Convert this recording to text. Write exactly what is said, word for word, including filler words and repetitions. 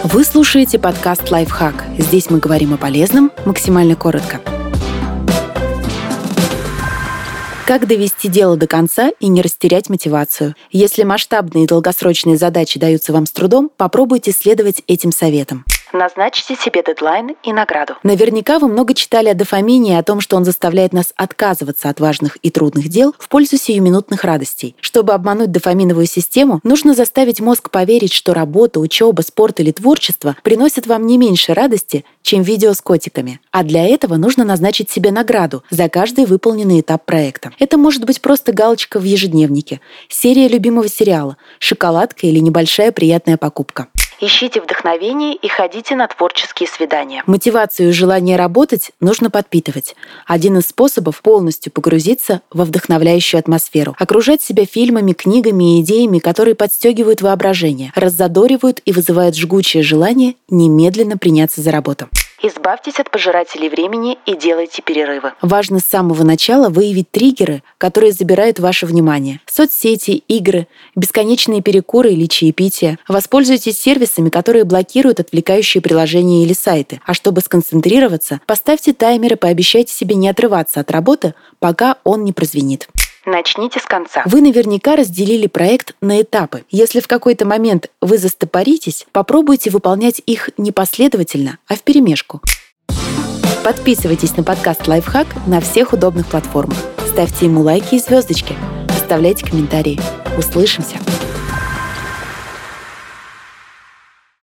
Вы слушаете подкаст «Лайфхак». Здесь мы говорим о полезном максимально коротко. Как довести дело до конца и не растерять мотивацию? Если масштабные и долгосрочные задачи даются вам с трудом, попробуйте следовать этим советам. Назначьте себе дедлайн и награду. Наверняка вы много читали о дофамине и о том, что он заставляет нас отказываться от важных и трудных дел в пользу сиюминутных радостей. Чтобы обмануть дофаминовую систему, нужно заставить мозг поверить, что работа, учеба, спорт или творчество приносят вам не меньше радости, чем видео с котиками. А для этого нужно назначить себе награду за каждый выполненный этап проекта. Это может быть просто галочка в ежедневнике, серия любимого сериала, шоколадка или небольшая приятная покупка. Ищите вдохновение и ходите на творческие свидания. Мотивацию и желание работать нужно подпитывать. Один из способов — полностью погрузиться во вдохновляющую атмосферу. Окружать себя фильмами, книгами и идеями, которые подстегивают воображение, раззадоривают и вызывают жгучее желание немедленно приняться за работу. Избавьтесь от пожирателей времени и делайте перерывы. Важно с самого начала выявить триггеры, которые забирают ваше внимание. Соцсети, игры, бесконечные перекуры или чаепития. Воспользуйтесь сервисами, которые блокируют отвлекающие приложения или сайты. А чтобы сконцентрироваться, поставьте таймер и пообещайте себе не отрываться от работы, пока он не прозвенит. Начните с конца. Вы наверняка разделили проект на этапы. Если в какой-то момент вы застопоритесь, попробуйте выполнять их не последовательно, а вперемешку. Подписывайтесь на подкаст «Лайфхак» на всех удобных платформах. Ставьте ему лайки и звездочки. Оставляйте комментарии. Услышимся!